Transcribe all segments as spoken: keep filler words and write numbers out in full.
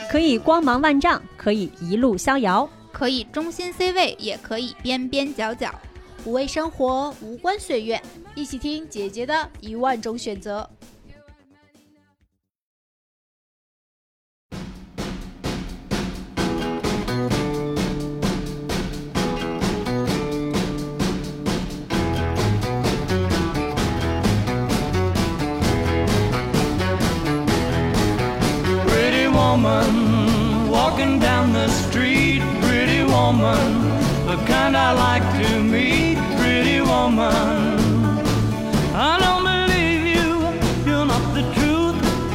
可以光芒万丈，可以一路逍遥， 可以中心 C 位，也可以边边角角。 不为生活，无关岁月，一起听姐姐的一万种选择。 Walking down the street, pretty woman, the kind I like to meet, pretty woman. I don't believe you, you're not the truth.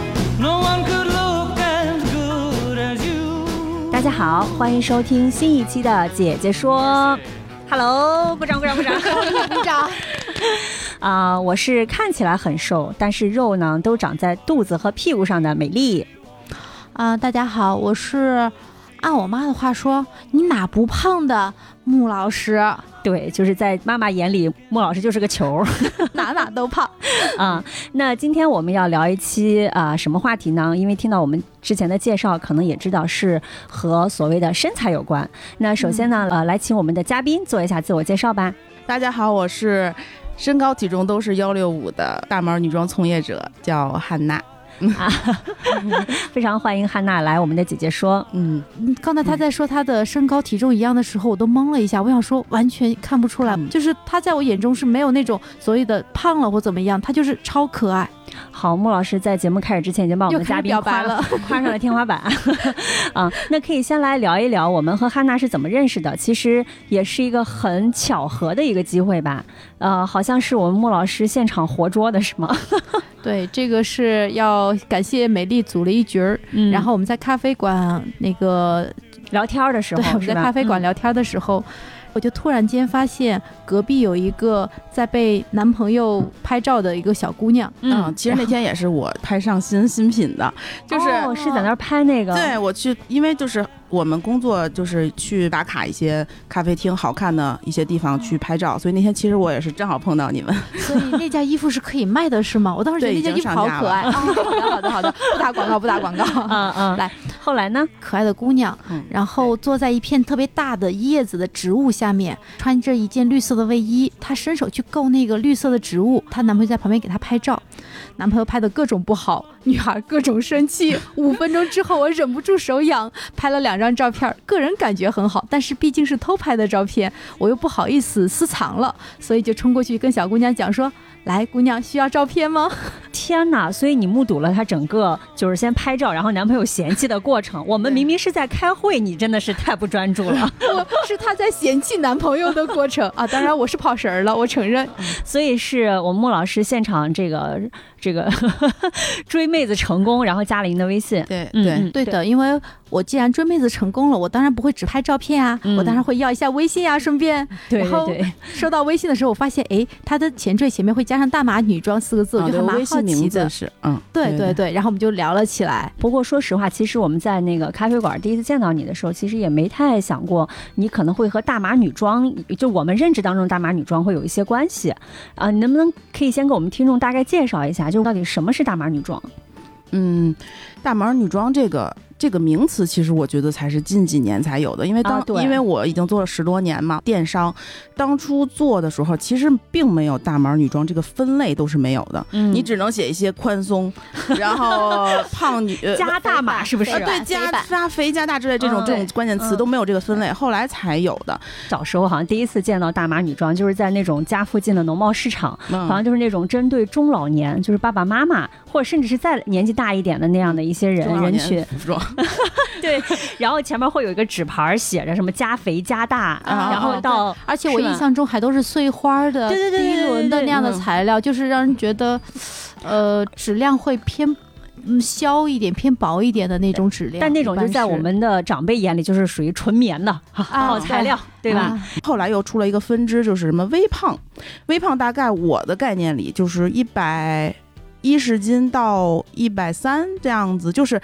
No one could look as good as you. 大家好，欢迎收听新一期的姐姐说。Hello， 鼓掌鼓掌鼓掌鼓掌。 啊、呃，我是看起来很瘦，但是肉呢都长在肚子和屁股上的美丽。 啊、呃，大家好，我是按我妈的话说，你哪不胖的穆老师。 对，就是在妈妈眼里，穆老师就是个球， 哪哪都胖啊、嗯。那今天我们要聊一期啊、呃、什么话题呢？因为听到我们之前的介绍，可能也知道是和所谓的身材有关。那首先呢，嗯、呃，来请我们的嘉宾做一下自我介绍吧。 大家好，我是身高体重都是幺六五的大码女装从业者，叫汉娜。 啊，非常欢迎汉娜来我们的姐姐说。 嗯，刚才她在说她的身高体重一样的时候，我都懵了一下。我想说，完全看不出来，嗯、就是她在我眼中是没有那种所谓的胖了或怎么样，她就是超可爱。 好，穆老师在节目开始之前已经把我们的嘉宾夸了，夸上了天花板。啊，那可以先来聊一聊我们和汉娜是怎么认识的。其实也是一个很巧合的一个机会吧。呃，好像是我们穆老师现场活捉的，是吗？ 对，这个是要感谢美丽组了一局儿、嗯，然后我们在咖啡馆那个聊天的时候， 对，我们在咖啡馆聊天的时候。嗯，我就突然间发现隔壁有一个在被男朋友拍照的一个小姑娘。 嗯，其实那天也是我拍上新新品的，就是、 哦、是在那儿拍那个。 对，我去，因为就是我们工作就是去打卡一些咖啡厅好看的一些地方去拍照，所以那天其实我也是正好碰到你们。 所以那件衣服是可以卖的是吗？我当时觉得那件衣服好可爱。哦、好的好的好的，不打广告不打广告。 嗯嗯，来，后来呢？ 可爱的姑娘，然后坐在一片特别大的叶子的植物下面，穿着一件绿色的卫衣，她伸手去够那个绿色的植物，她男朋友在旁边给她拍照，男朋友拍的各种不好，女孩各种生气。五分钟之后，我忍不住手痒，拍了两张照片，个人感觉很好，但是毕竟是偷拍的照片，我又不好意思私藏了，所以就冲过去跟小姑娘讲说：“来，姑娘，需要照片吗？” 天哪！所以你目睹了她整个就是先拍照，然后男朋友嫌弃的过程。我们明明是在开会，你真的是太不专注了。 我是她在嫌弃男朋友的过程啊！当然我是跑神儿了，我承认。 所以是我们穆老师现场这个这个追妹子成功，然后加了您的微信。 对对、 嗯、对的，因为我既然追妹子成功了，我当然不会只拍照片啊、嗯，我当然会要一下微信啊，顺便。 对对对。 然后收到微信的时候，我发现哎，她的前缀前面会加上大码女装四个字，我就还蛮好奇的。 是嗯， 对对 对, 对，然后我们就聊了起来。 不过说实话，其实我们在那个咖啡馆第一次见到你的时候，其实也没太想过你可能会和大码女装，就我们认知当中大码女装会有一些关系啊。你能不能可以先给我们听众大概介绍一下，就到底什么是大码女装？ 嗯，大码女装这个这个名词，其实我觉得才是近几年才有的，因为当、啊、因为我已经做了十多年嘛，电商当初做的时候，其实并没有大码女装这个分类都是没有的，嗯、你只能写一些宽松，然后胖女加大码是不是？ 呃、对，加加肥加大之类这种、嗯、这种关键词都没有这个分类，嗯、后来才有的。 小时候好像第一次见到大码女装，就是在那种家附近的农贸市场，嗯、好像就是那种针对中老年，就是爸爸妈妈或者甚至是再年纪大一点的那样的一些人人群。 服装对，然后前面会有一个纸牌写着什么加肥加大，啊、然后到、 哦、而且我印象中还都是碎花的、 对对对低轮的那样的材料，就是让人觉得，呃，质量会偏。嗯，削一点偏薄一点的那种质量， 但那种就在我们的长辈眼里就是属于纯棉的好材料，对, 对吧、啊？ 后来又出了一个分支，就是什么微胖，微胖大概我的概念里就是一百一十斤到一百三这样子，就是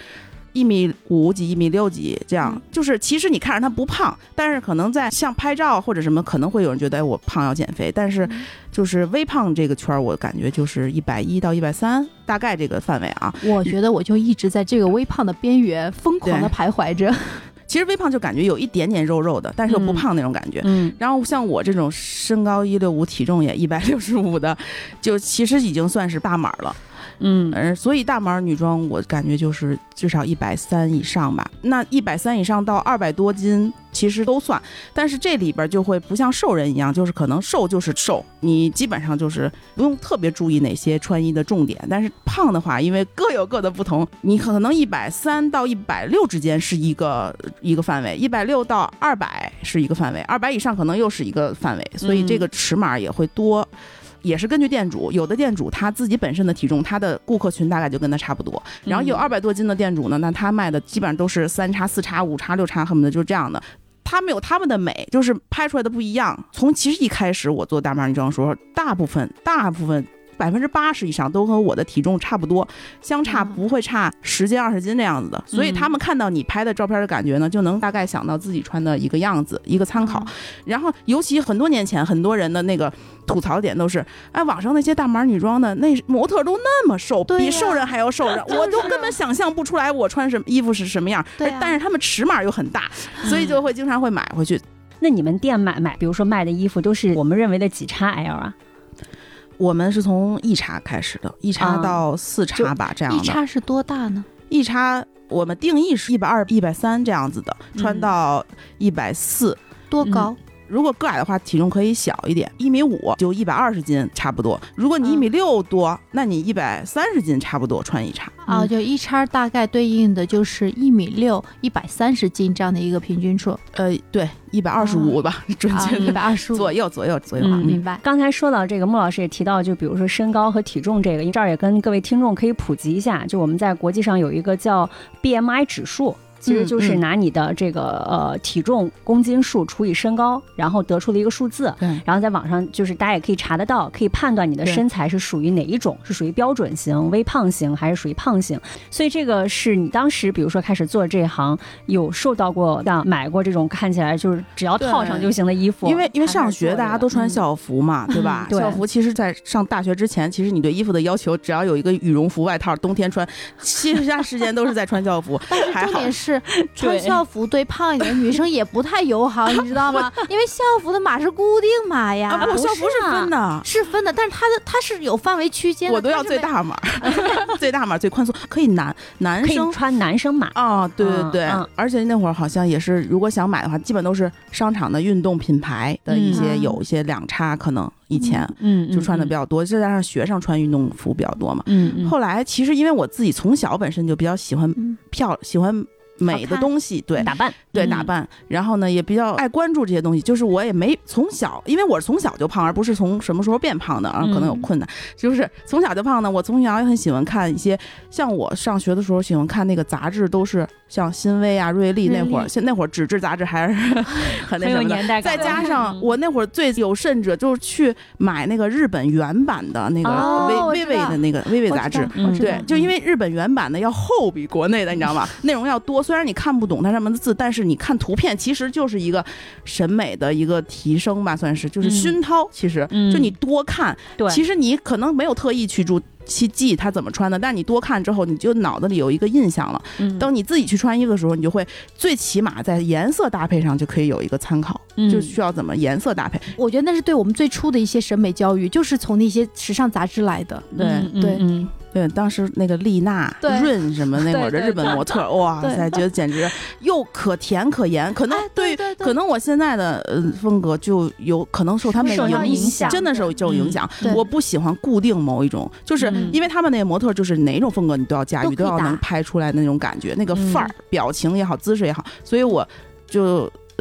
一米五几、一米六几这样，嗯、就是其实你看着他不胖，但是可能在像拍照或者什么，可能会有人觉得哎我胖要减肥，但是就是微胖这个圈我感觉就是一百一到一百三大概这个范围啊。 我觉得我就一直在这个微胖的边缘疯狂的徘徊着。 其实微胖就感觉有一点点肉肉的，但是又不胖那种感觉。嗯，然后像我这种身高一六五，体重也一百六十五的，就其实已经算是大码了。嗯，呃，所以大码女装我感觉就是至少一百三以上吧。那一百三以上到二百多斤其实都算，但是这里边就会不像瘦人一样，就是可能瘦就是瘦，你基本上就是不用特别注意哪些穿衣的重点。但是胖的话，因为各有各的不同，你可能一百三到一百六之间是一个一个范围，一百六到二百是一个范围，二百以上可能又是一个范围，所以这个尺码也会多。嗯，也是根据店主，有的店主他自己本身的体重，他的顾客群大概就跟他差不多。然后有二百多斤的店主呢，那他卖的基本上都是三叉、四叉、五叉、六叉，恨不得就是这样的。他们有他们的美，就是拍出来的不一样。从其实一开始我做大码女装的时候，大部分大部分百分之八十以上都和我的体重差不多，相差不会差十斤二十斤这样子的，所以他们看到你拍的照片的感觉呢，就能大概想到自己穿的一个样子，一个参考。然后尤其很多年前，很多人的那个吐槽点都是，哎，网上那些大码女装的那模特都那么瘦，比瘦人还要瘦人，我都根本想象不出来我穿什么衣服是什么样， 对啊， 但是他们尺码又很大，所以就会经常会买回去。 那你们店买买，比如说卖的衣服都是我们认为的几叉 L 啊？ 我们是从一叉开始的，一叉到四叉吧，这样的。 一叉是多大呢？ 一叉我们定义是一百二、一百三这样子的，穿到一百四。 多高？ 嗯，如果个矮的话，体重可以小一点，一米五就一百二十斤差不多。如果你一米六多，嗯，那你一百三十斤差不多穿一叉。 啊，就一叉大概对应的就是一米六、一百三十斤这样的一个平均数。 呃，对，一百二十五吧，啊，准确一百二十五左右左右左右。 嗯，明白。 刚才说到这个，穆老师也提到，就比如说身高和体重这个，这儿也跟各位听众可以普及一下，就我们在国际上有一个叫 B M I 指数。其实就是拿你的这个呃体重公斤数除以身高，然后得出了一个数字，然后在网上就是大家也可以查得到，可以判断你的身材是属于哪一种，是属于标准型、微胖型还是属于胖型。所以这个是你当时比如说开始做这一行，有受到过让买过这种看起来就是只要套上就行的衣服， 因为因为上学大家都穿校服嘛，嗯，对吧？对，校服其实在上大学之前，其实你对衣服的要求只要有一个羽绒服外套，冬天穿，其他时间都是在穿校服。 但是重点是穿校服对胖一点的女生也不太友好，你知道吗？因为校服的码是固定码呀。 啊，不，校服是分的， 是分的，但是它的它是有范围区间的。 我都要最大码，最大码最宽松，可以男男生可以穿男生码啊，对对对，嗯，而且那会儿好像也是，如果想买的话，基本都是商场的运动品牌的一些，嗯，有一些两叉可能。以前嗯就穿的比较多，再加上学生穿运动服比较多嘛。嗯，后来其实因为我自己从小本身就比较喜欢漂，喜欢美的东西，对， 打扮， 对，打扮，然后呢也比较爱关注这些东西。就是我也没从小，因为我是从小就胖，而不是从什么时候变胖的，然后可能有困难，就是从小就胖呢。我从小也很喜欢看一些，像我上学的时候喜欢看那个杂志，都是像新薇啊、瑞丽那会儿，现那会儿纸质杂志还是很那什么的。再加上我那会儿最有甚者就是去买那个日本原版的那个薇薇薇的那个薇薇杂志，对，就因为日本原版的要厚比国内的，你知道吗？内容要多。虽然你看不懂它上面的字，但是你看图片其实就是一个审美的一个提升吧，算是就是熏陶。其实就你多看，对，其实你可能没有特意去注去记他怎么穿的，但你多看之后，你就脑子里有一个印象了。嗯，等你自己去穿衣服的时候，你就会最起码在颜色搭配上就可以有一个参考，嗯，就需要怎么颜色搭配。 我觉得那是对我们最初的一些审美教育，就是从那些时尚杂志来的。 对， 嗯，对， 嗯。对，当时那个丽娜、润什么那会儿的日本模特，哇塞，觉得简直又可甜可盐。可能对，可能我现在的呃风格就有可能受他们影响，真的是有这种影响。我不喜欢固定某一种，就是因为他们那个模特就是哪种风格你都要驾驭，都要能拍出来的那种感觉，那个范儿、表情也好，姿势也好，所以我就嗯。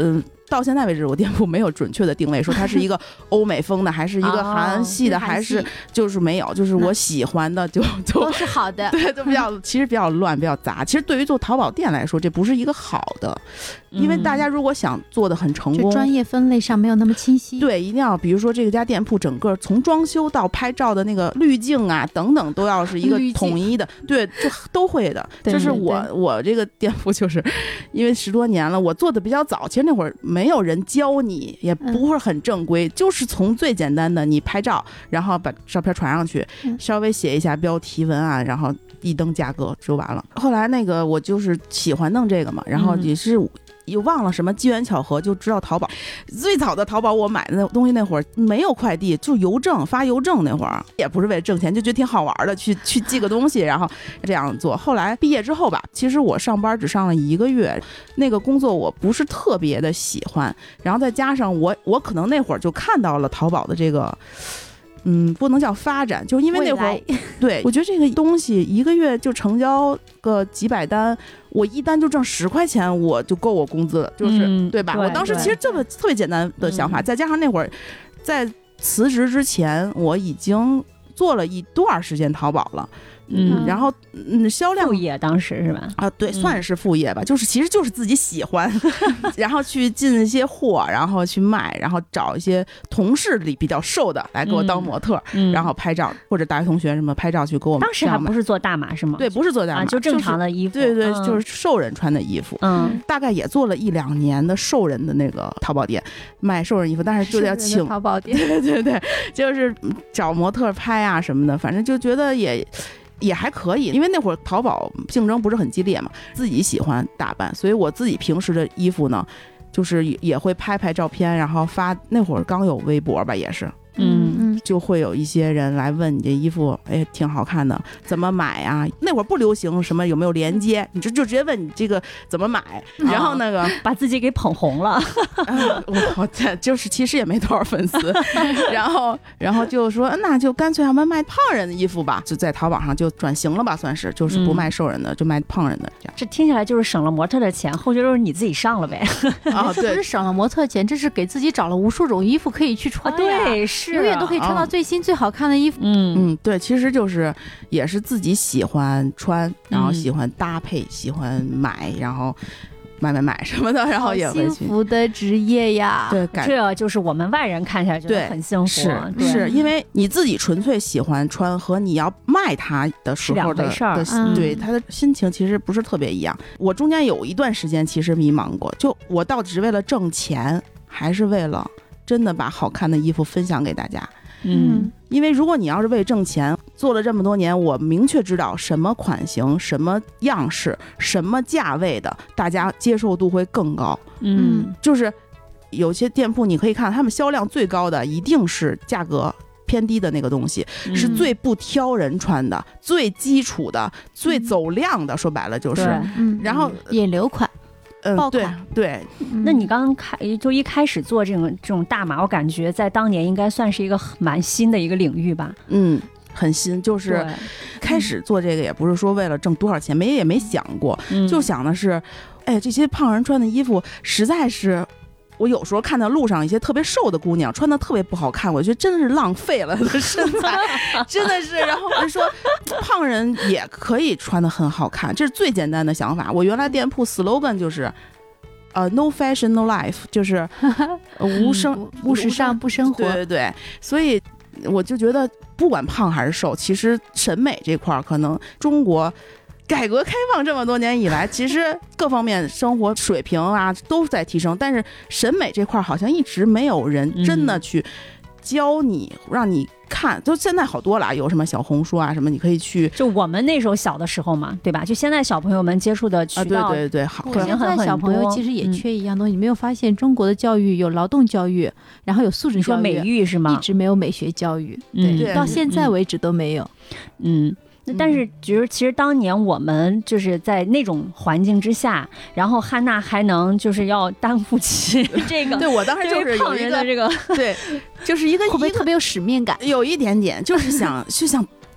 到现在为止，我店铺没有准确的定位，说它是一个欧美风的，还是一个韩系的，还是就是没有，就是我喜欢的就就都是好的， 对，都比较其实比较乱，比较杂。其实对于做淘宝店来说，这不是一个好的，因为大家如果想做的很成功， 专业分类上没有那么清晰。 对，一定要比如说这个家店铺整个从装修到拍照的那个滤镜啊等等，都要是一个统一的，对，这都会的。就是我我这个店铺就是因为十多年了，我做的比较早，其实那会儿没有人教你，也不会很正规，嗯、就是从最简单的你拍照，然后把照片传上去，嗯、稍微写一下标题文案，然后一登价格就完了。后来那个我就是喜欢弄这个嘛，然后也是。嗯又忘了什么机缘巧合，就知道淘宝。最早的淘宝我买的那东西那会儿没有快递，就邮政发邮政，那会儿也不是为了挣钱，就觉得挺好玩的，去去寄个东西，然后这样做。后来毕业之后吧，其实我上班只上了一个月，那个工作我不是特别的喜欢，然后再加上我我可能那会儿就看到了淘宝的这个。嗯，不能叫发展，就因为那会儿，对，我觉得这个东西一个月就成交个几百单，我一单就挣十块钱，我就够我工资了，就是、嗯、对吧？对，我当时其实这么特别简单的想法，再加上那会儿在辞职之前，我已经做了一段时间淘宝了。嗯，然后嗯，销量副业当时是吧？ 啊，对，算是副业吧，嗯、就是其实就是自己喜欢，然后去进一些货，然后去卖，然后找一些同事里比较瘦的来给我当模特，嗯、然后拍照，或者大学同学什么拍照去给我们。 当时还不是做大码是吗？ 对，不是做大码， 啊、就正常的衣服。 就是、对对， 嗯、 就是瘦人穿的衣服。嗯，大概也做了一两年的瘦人的那个淘宝店，卖瘦人衣服，但是就要请淘宝店， 对对对，就是找模特拍啊什么的，反正就觉得也。也还可以，因为那会儿淘宝竞争不是很激烈嘛，自己喜欢打扮，所以我自己平时的衣服呢，就是也会拍拍照片，然后发。那会儿刚有微博吧，也是。嗯嗯，就会有一些人来问你这衣服，哎，挺好看的，怎么买啊？那会儿不流行什么有没有链接，你就就直接问你这个怎么买，然后那个、哦、 把自己给捧红了。 啊、我这就是其实也没多少粉丝，然后然后就说那就干脆我们卖胖人的衣服吧，就在淘宝上就转型了吧，算是就是不卖瘦人的，嗯、就卖胖人的这样。 这听起来就是省了模特的钱，后续都是你自己上了呗。 啊， 这不是省了模特钱，这是给自己找了无数种衣服可以去穿、啊。 对，是、啊、 永远都可以穿到最新、哦、最好看的衣服。 嗯嗯，对，其实就是也是自己喜欢穿，然后喜欢搭配，嗯、喜欢买，然后买买买什么的，然后也会去。 幸福的职业呀！ 对， 这就是我们外人看起来觉得很幸福。 是是，因为你自己纯粹喜欢穿和你要卖它的时候的的、嗯、对他的心情其实不是特别一样。我中间有一段时间其实迷茫过，就我到底是为了挣钱，还是为了真的把好看的衣服分享给大家？嗯，因为如果你要是为挣钱做了这么多年，我明确知道什么款型、什么样式、什么价位的，大家接受度会更高。嗯，就是有些店铺你可以看，他们销量最高的一定是价格偏低的那个东西，嗯、是最不挑人穿的、最基础的、最走量的。嗯、说白了就是， 嗯、 然后引流款。 嗯，对对， 那你刚刚开就一开始做这种这种大码，我感觉在当年应该算是一个蛮新的一个领域吧？ 嗯，很新，就是开始做这个也不是说为了挣多少钱，没也没想过，嗯、就想的是，哎，这些胖人穿的衣服实在是。我有时候看到路上一些特别瘦的姑娘穿的特别不好看，我觉得真的是浪费了的身材，真的是。然后我就说，胖人也可以穿的很好看，这是最简单的想法。我原来店铺 slogan 就是，呃 ，no fashion no life， 就是、呃、无生无时尚不生活。 对对对，所以我就觉得，不管胖还是瘦，其实审美这块可能中国。改革开放这么多年以来，其实各方面生活水平啊都在提升，但是审美这块好像一直没有人真的去教你，嗯、让你看。就现在好多了，有什么小红书啊什么，你可以去。 就我们那时候小的时候嘛，对吧？就现在小朋友们接触的渠道， 啊、对对对，好， 现在小朋友其实也缺一样东西。嗯、你没有发现中国的教育有劳动教育，然后有素质教育， 你说美育是吗？ 一直没有美学教育，对， 对到现在为止都没有。 嗯。但是其实其实当年我们就是在那种环境之下，然后汉娜还能就是要担负起这个， 对我当时就是有一个这个， 对，就是一个会不会特别有使命感？ 有一点点，就是想就想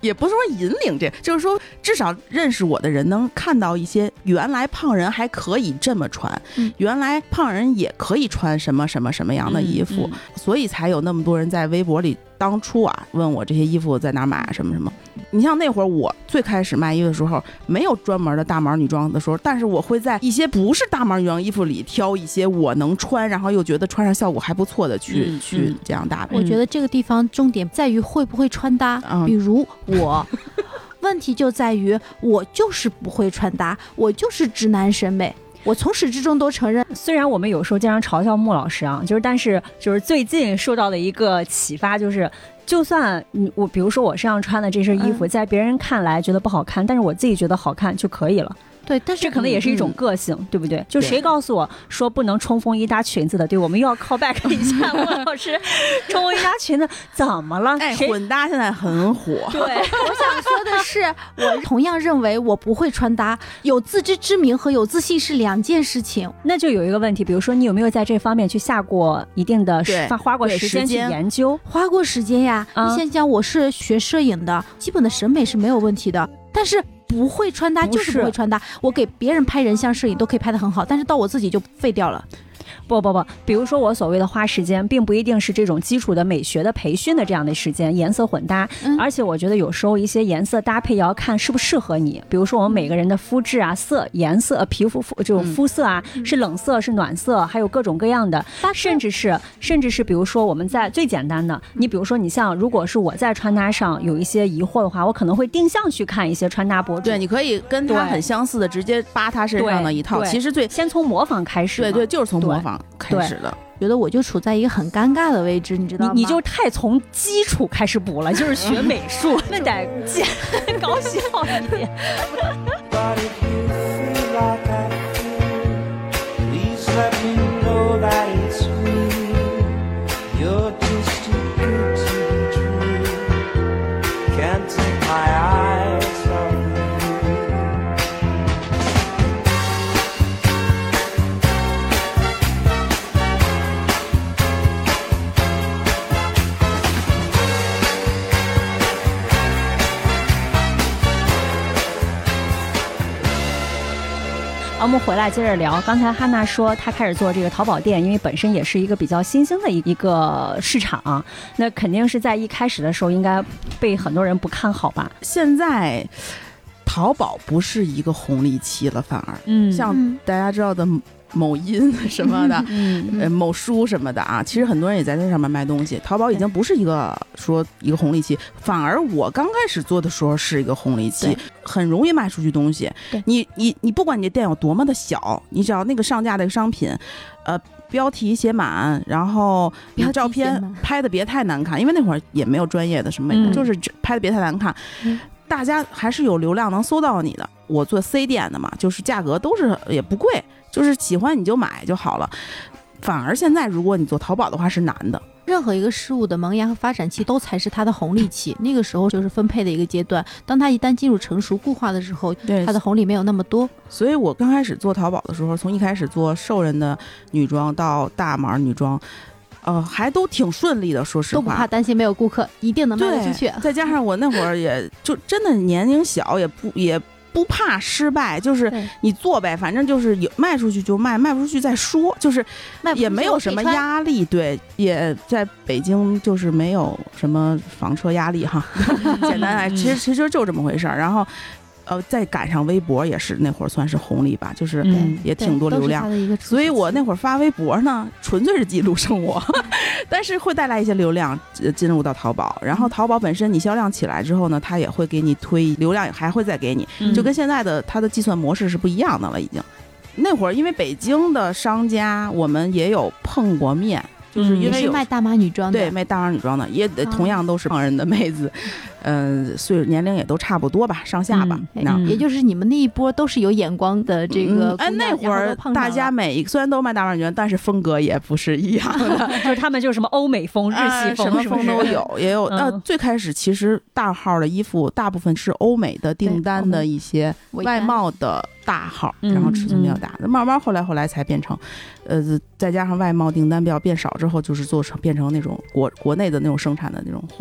也不是说引领这，就是说至少认识我的人能看到一些原来胖人还可以这么穿、嗯、原来胖人也可以穿什么什么什么样的衣服、嗯嗯、所以才有那么多人在微博里当初啊问我这些衣服在哪买什么什么。你像那会儿我最开始卖衣服的时候没有专门的大码女装的时候，但是我会在一些不是大码女装衣服里挑一些我能穿然后又觉得穿上效果还不错的去、嗯、去这样搭配。 我觉得这个地方重点在于会不会穿搭、嗯、比如我问题就在于我就是不会穿搭，我就是直男审美，我从始至终都承认。 虽然我们有时候经常嘲笑穆老师啊，就是但是就是最近受到的一个启发就是，就算你我比如说我身上穿的这身衣服、嗯、在别人看来觉得不好看，但是我自己觉得好看就可以了。 对，但是这可能也是一种个性、嗯、对不对？就谁告诉我说不能冲锋衣搭裙子的？对，我们又要 call back 一下穆老师，冲锋衣搭裙子怎么了？ 哎，混搭现在很火。 对，我想说的是，我同样认为我不会穿搭，有自知之明和有自信是两件事情。 那就有一个问题，比如说你有没有在这方面去下过一定的花过时间去研究？ 花过时间呀。嗯、你先讲，我是学摄影的，基本的审美是没有问题的，但是不会穿搭就是不会穿搭，我给别人拍人像摄影都可以拍得很好，但是到我自己就废掉了。 不不不，比如说我所谓的花时间并不一定是这种基础的美学的培训的这样的时间，颜色混搭、嗯、而且我觉得有时候一些颜色搭配也要看适不适合你。比如说我们每个人的肤质啊、色颜色、皮肤这种肤色啊、嗯、是冷色是暖色，还有各种各样的，甚至是甚至是比如说我们在最简单的，你比如说你像如果是我在穿搭上有一些疑惑的话，我可能会定向去看一些穿搭博主。 对，你可以跟他很相似的直接扒他身上的一套，其实最先从模仿开始。 对对，就是从模仿开始的。 觉得我就处在一个很尴尬的位置，你知道吗？ 你你就太从基础开始补了，就是学美术，那得高效一点。我们回来接着聊，刚才哈娜说她开始做这个淘宝店，因为本身也是一个比较新兴的一个市场，那肯定是在一开始的时候应该被很多人不看好吧。 现在淘宝不是一个红利期了，反而嗯，像大家知道的某音什么的、嗯呃、某书什么的啊，其实很多人也在这上面卖东西。淘宝已经不是一个说一个红利期，反而我刚开始做的时候是一个红利期，很容易卖出去东西。你你你不管你的店有多么的小，你只要那个上架的商品呃标题写满，然后你照片拍的别太难看，因为那会儿也没有专业的什么、嗯、就是拍的别太难看、嗯，大家还是有流量能搜到你的。我做 C 店的嘛，就是价格都是也不贵，就是喜欢你就买就好了。反而现在如果你做淘宝的话是难的。 任何一个事物的萌芽和发展期都才是它的红利期，那个时候就是分配的一个阶段，当它一旦进入成熟固化的时候，它的红利没有那么多。 所以我刚开始做淘宝的时候，从一开始做瘦人的女装到大码女装，呃，还都挺顺利的，说实话， 都不怕担心没有顾客，一定能卖得出去。 再加上我那会儿也就真的年龄小，也不也不怕失败，就是你做呗，反正就是有卖出去就卖，卖不出去再说，就是也没有什么压力。对，也在北京就是没有什么房车压力哈，简单来，其实其实就这么回事儿。然后。呃，再赶上微博也是那会儿算是红利吧，就是也挺多流量， 嗯、 所以我那会儿发微博呢，纯粹是记录生活，但是会带来一些流量进入到淘宝，然后淘宝本身你销量起来之后呢，它也会给你推流量，还会再给你，就跟现在的它的计算模式是不一样的了，已经。那会儿因为北京的商家我们也有碰过面。就是因为是卖大码女装的， 对，卖大码女装的，也同样都是胖人的妹子，嗯、呃，岁数年龄也都差不多吧，上下吧。 嗯嗯、也就是你们那一波都是有眼光的这个。 哎、嗯，那会儿大家每一个虽然都卖大码女装，但是风格也不是一样的， 就是他们就是什么欧美风、日系风， 什么风都有，也有。那、嗯呃、最开始其实大号的衣服大部分是欧美的订单的一些外贸的。大号，然后尺寸比较大，嗯、慢慢后来后来才变成，呃，再加上外贸订单比较变少之后，就是做成变成那种国国内的那种生产的那种货了。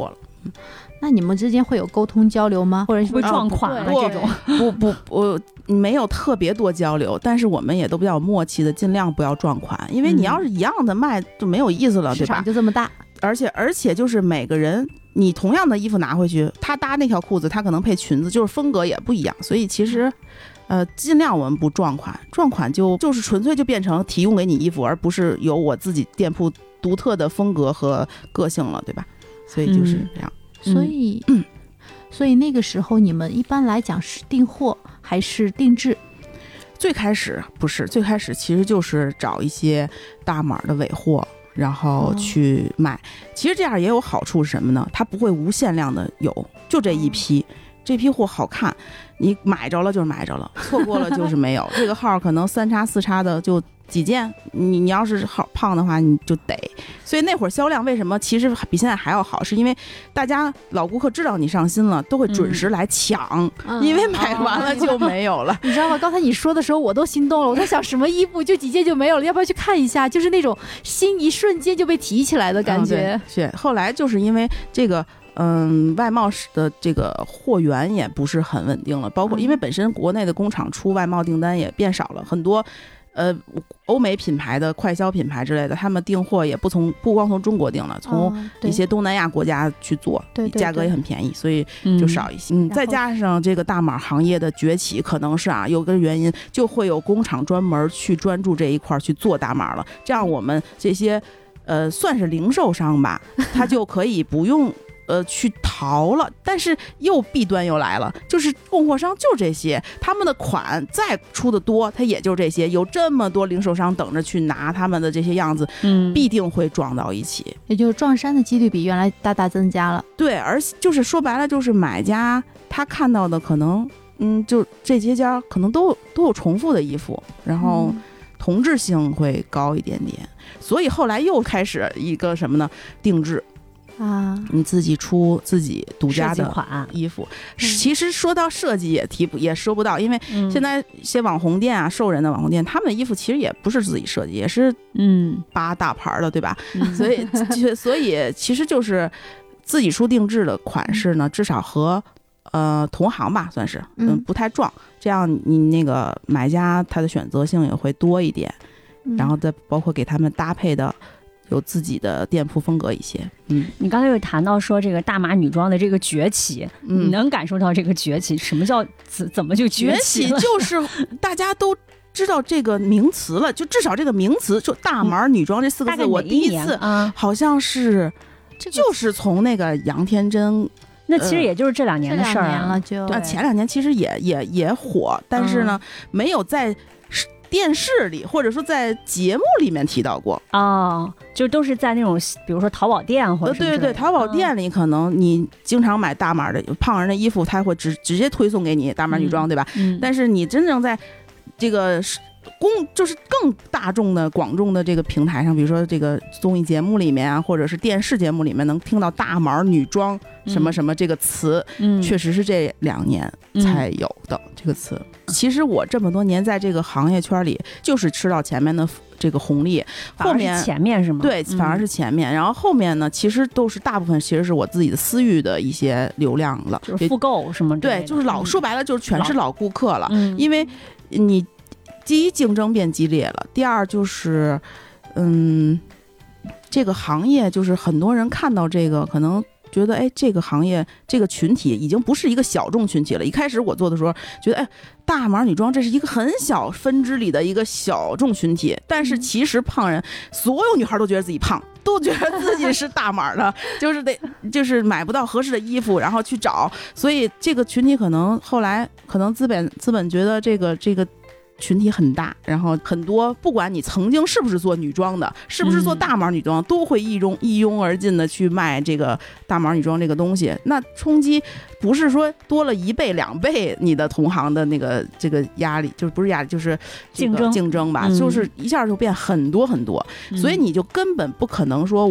那你们之间会有沟通交流吗？或者是会撞款啊这种？ 不不不，没有特别多交流，但是我们也都比较默契的，尽量不要撞款，因为你要是一样的卖就没有意思了， 嗯、 对吧？ 市场就这么大， 而且而且就是每个人，你同样的衣服拿回去，他搭那条裤子，他可能配裙子，就是风格也不一样，所以其实。呃，尽量我们不撞款，撞款就就是纯粹就变成提供给你衣服，而不是有我自己店铺独特的风格和个性了，对吧？所以就是这样。 嗯、所以，嗯，所以那个时候你们一般来讲是订货还是定制？ 最开始不是，最开始其实就是找一些大码的尾货，然后去卖。哦、其实这样也有好处是什么呢？它不会无限量的有，就这一批。哦这批货好看，你买着了就是买着了，错过了就是没有。这个号可能三叉四叉的就几件，你你要是号胖的话你就得。所以那会儿销量为什么其实比现在还要好，是因为大家老顾客知道你上新了，都会准时来抢，嗯、因为买完了就没有了。 嗯、你知道吗？刚才你说的时候我都心动了，我在想什么衣服就几件就没有了，要不要去看一下？就是那种心一瞬间就被提起来的感觉。 嗯、是，后来就是因为这个。嗯，外贸的这个货源也不是很稳定了，包括因为本身国内的工厂出外贸订单也变少了很多，呃，欧美品牌的快消品牌之类的，他们订货也不从不光从中国订了，从一些东南亚国家去做， 对， 价格也很便宜，所以就少一些。嗯，再加上这个大码行业的崛起，可能是啊，有个原因就会有工厂专门去专注这一块去做大码了，这样我们这些呃算是零售商吧，他就可以不用。呃，去淘了，但是又弊端又来了，就是供货商就这些，他们的款再出的多，他也就这些，有这么多零售商等着去拿他们的这些样子，嗯，必定会撞到一起， 也就是撞衫的几率比原来大大增加了。 对，而就是说白了，就是买家他看到的可能，嗯，就这些家可能都都有重复的衣服，然后同质性会高一点点，所以后来又开始一个什么呢？定制。 啊， 你自己出自己独家的衣服， 嗯、 其实说到设计也提不也说不到，因为现在一些网红店啊、兽人的网红店，他们的衣服其实也不是自己设计，也是嗯扒大牌的，对吧？嗯、所以所以其实就是自己出定制的款式呢，至少和呃同行吧算是嗯不太撞，这样你那个买家他的选择性也会多一点，嗯、然后再包括给他们搭配的。有自己的店铺风格一些，嗯， 你刚才有谈到说这个大码女装的这个崛起，嗯、你能感受到这个崛起？什么叫怎怎么就崛起？ 崛起就是大家都知道这个名词了，就至少这个名词，就大码女装这四个字，我第一次好像是，就是从那个杨天真。 那其实也就是这两年的事儿啊， 就啊，前两年其实也也也火，但是呢，嗯、没有在。电视里或者说在节目里面提到过哦，就都是在那种比如说淘宝店或者对对对，淘宝店里可能你经常买大码的胖人的衣服，他会直直接推送给你大码女装，嗯、对吧？嗯、但是你真正在这个公就是更大众的广众的这个平台上，比如说这个综艺节目里面啊，或者是电视节目里面能听到大码女装什么什么这个词，嗯、确实是这两年才有的、嗯、这个词。其实我这么多年在这个行业圈里，就是吃到前面的这个红利，后面前面是吗？ 对，反而是前面，嗯、然后后面呢，其实都是大部分其实是我自己的私域的一些流量了， 就是复购什么？ 对，就是老、嗯、说白了就是全是老顾客了，嗯、因为你第一竞争变激烈了，第二就是，嗯，这个行业就是很多人看到这个可能。觉得哎，这个行业这个群体已经不是一个小众群体了。一开始我做的时候，觉得哎，大码女装这是一个很小分支里的一个小众群体，但是其实胖人，所有女孩都觉得自己胖，都觉得自己是大码的，就是得就是买不到合适的衣服，然后去找，所以这个群体可能后来可能资本资本觉得这个这个。群体很大，然后很多不管你曾经是不是做女装的，是不是做大码女装，嗯、都会一拥一拥而进的去卖这个大码女装这个东西。那冲击不是说多了一倍两倍你的同行的那个这个压力，就是不是压力，就是竞争竞争吧，嗯、就是一下就变很多很多，嗯、所以你就根本不可能说我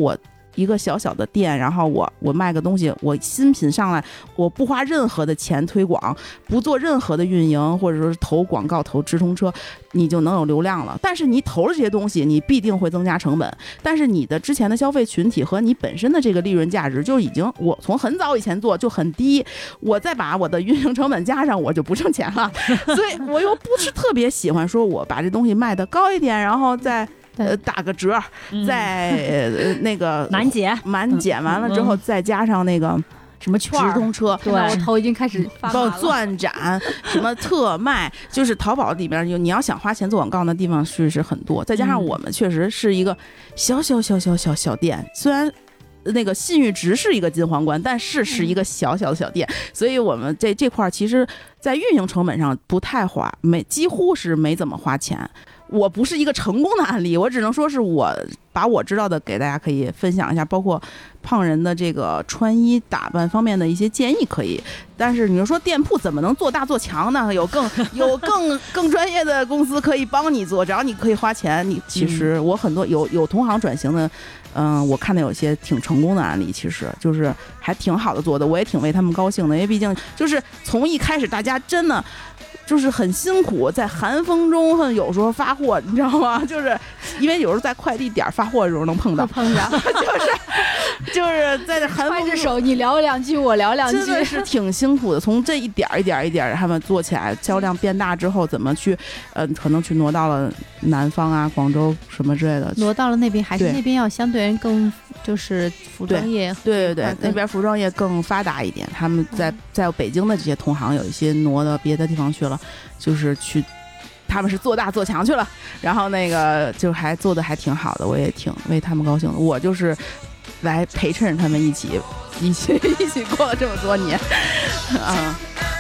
一个小小的店，然后我我卖个东西，我新品上来，我不花任何的钱推广，不做任何的运营，或者说是投广告、投直通车，你就能有流量了。但是你投了这些东西，你必定会增加成本。但是你的之前的消费群体和你本身的这个利润价值就已经，我从很早以前做就很低，我再把我的运营成本加上，我就不挣钱了。所以我又不是特别喜欢说我把这东西卖得高一点，然后再呃打个折， 嗯、 再、呃、那个满减满减完了之后、嗯、再加上那个什么券直通车， 对，我头已经开始发麻了。 钻展什么特卖，就是淘宝里边有你要想花钱做广告的地方是是很多，再加上我们确实是一个小小小小小小店，虽然那个信誉值是一个金皇冠，但是是一个小小的小店，所以我们这这块其实在运营成本上不太花，没几乎是没怎么花钱。我不是一个成功的案例，我只能说是我把我知道的给大家可以分享一下，包括胖人的这个穿衣打扮方面的一些建议可以。但是你说店铺怎么能做大做强呢？有更有更更专业的公司可以帮你做，只要你可以花钱。你其实我很多有有同行转型的，嗯、呃，我看到有些挺成功的案例，其实就是还挺好的做的，我也挺为他们高兴的，因为毕竟就是从一开始大家真的。就是很辛苦，在寒风中有时候发货，你知道吗？就是因为有时候在快递点发货的时候能碰到， 碰上， 就是就是在这寒风着手，你聊两句，我聊两句， 真的是挺辛苦的。从这一点一点一点他们做起来，销量变大之后，怎么去，呃，可能去挪到了南方啊、广州什么之类的， 挪到了那边，还是那边要相对人更就是服装业， 对对对，那边服装业更发达一点。他们在在北京的这些同行有一些挪到别的地方去了。就是去，他们是做大做强去了，然后那个就还做的还挺好的，我也挺为他们高兴的。我就是来陪衬着他们一起，一起一起过了这么多年，啊。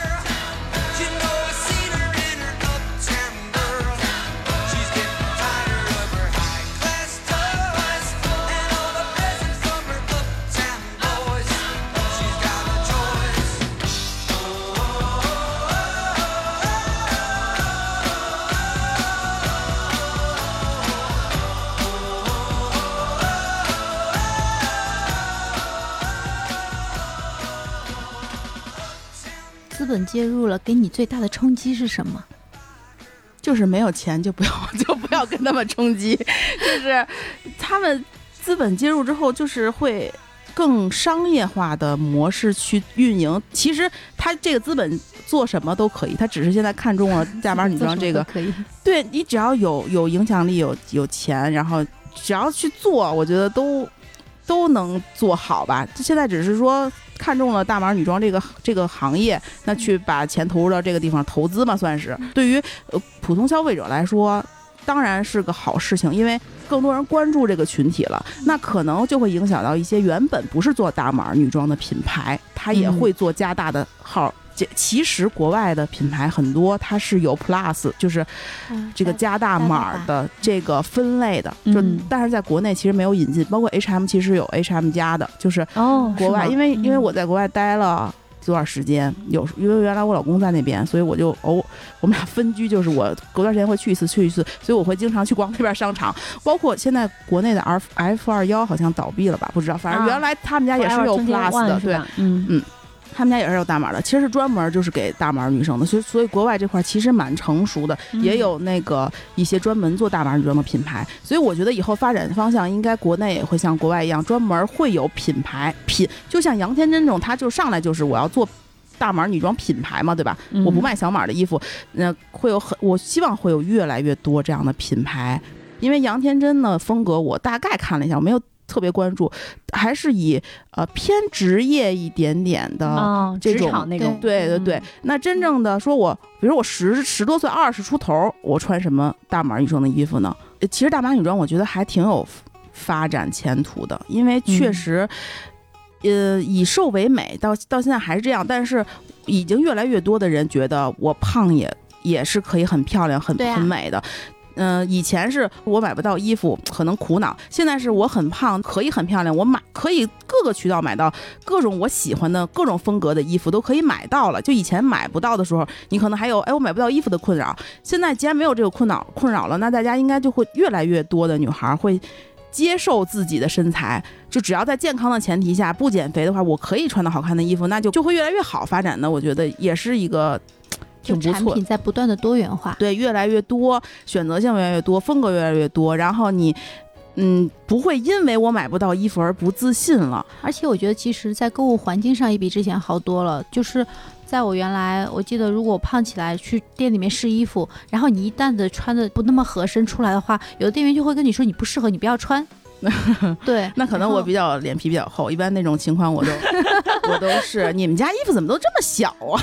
资本介入了，给你最大的冲击是什么？ 就是没有钱就不要就不要跟他们冲击，就是他们资本介入之后，就是会更商业化的模式去运营。其实他这个资本做什么都可以，他只是现在看中了大码女装这个， 可以。 对，你只要有有影响力、有有钱，然后只要去做，我觉得都都能做好吧。现在只是说看中了大码女装这个这个行业，那去把钱投入到这个地方投资嘛，算是对于呃普通消费者来说，当然是个好事情，因为更多人关注这个群体了，那可能就会影响到一些原本不是做大码女装的品牌，它也会做加大的号。嗯、其实国外的品牌很多，它是有 plus， 就是这个加大码的这个分类的，嗯、就但是在国内其实没有引进，包括 H M 其实有 H M 加的，就是国外， 哦、 因为、嗯、因为我在国外待了。多少时间有，因为原来我老公在那边，所以我就哦，我们俩分居，就是我隔段时间会去一次去一次，所以我会经常去逛那边商场，包括现在国内的 F 二幺好像倒闭了吧，不知道，反正原来他们家也是有 plus 的，啊、对， 嗯嗯。 他们家也是有大码的，其实是专门就是给大码女生的，所以所以国外这块其实蛮成熟的，嗯、也有那个一些专门做大码女装的品牌，所以我觉得以后发展方向应该国内也会像国外一样，专门会有品牌品，就像杨天真这种，他就上来就是我要做大码女装品牌嘛，对吧？嗯、我不卖小码的衣服，那会有很，我希望会有越来越多这样的品牌，因为杨天真的风格我大概看了一下，我没有特别关注，还是以呃偏职业一点点的这种、 哦、职场那种， 对对对。嗯、那真正的说我，比如我十十多岁、二十出头，我穿什么大码女装的衣服呢？其实大码女装我觉得还挺有发展前途的，因为确实，嗯、呃，以瘦为美，到到现在还是这样，但是已经越来越多的人觉得我胖也也是可以很漂亮、很、啊、很美的。嗯、呃，以前是我买不到衣服，可能苦恼；现在是我很胖，可以很漂亮，我买可以各个渠道买到各种我喜欢的各种风格的衣服都可以买到了。就以前买不到的时候，你可能还有哎我买不到衣服的困扰。现在既然没有这个困扰困扰了，那大家应该就会越来越多的女孩会接受自己的身材，就只要在健康的前提下，不减肥的话，我可以穿到好看的衣服，那就就会越来越好发展的。我觉得也是一个挺不错， 产品在不断的多元化， 对，越来越多，选择性越来越多，风格越来越多，然后你嗯不会因为我买不到衣服而不自信了。 而且我觉得其实在购物环境上也比之前好多了，就是在我原来我记得如果我胖起来去店里面试衣服，然后你一旦的穿的不那么合身出来的话，有的店员就会跟你说你不适合，你不要穿。对， 那可能我比较脸皮比较厚，一般那种情况我都我都是你们家衣服怎么都这么小啊？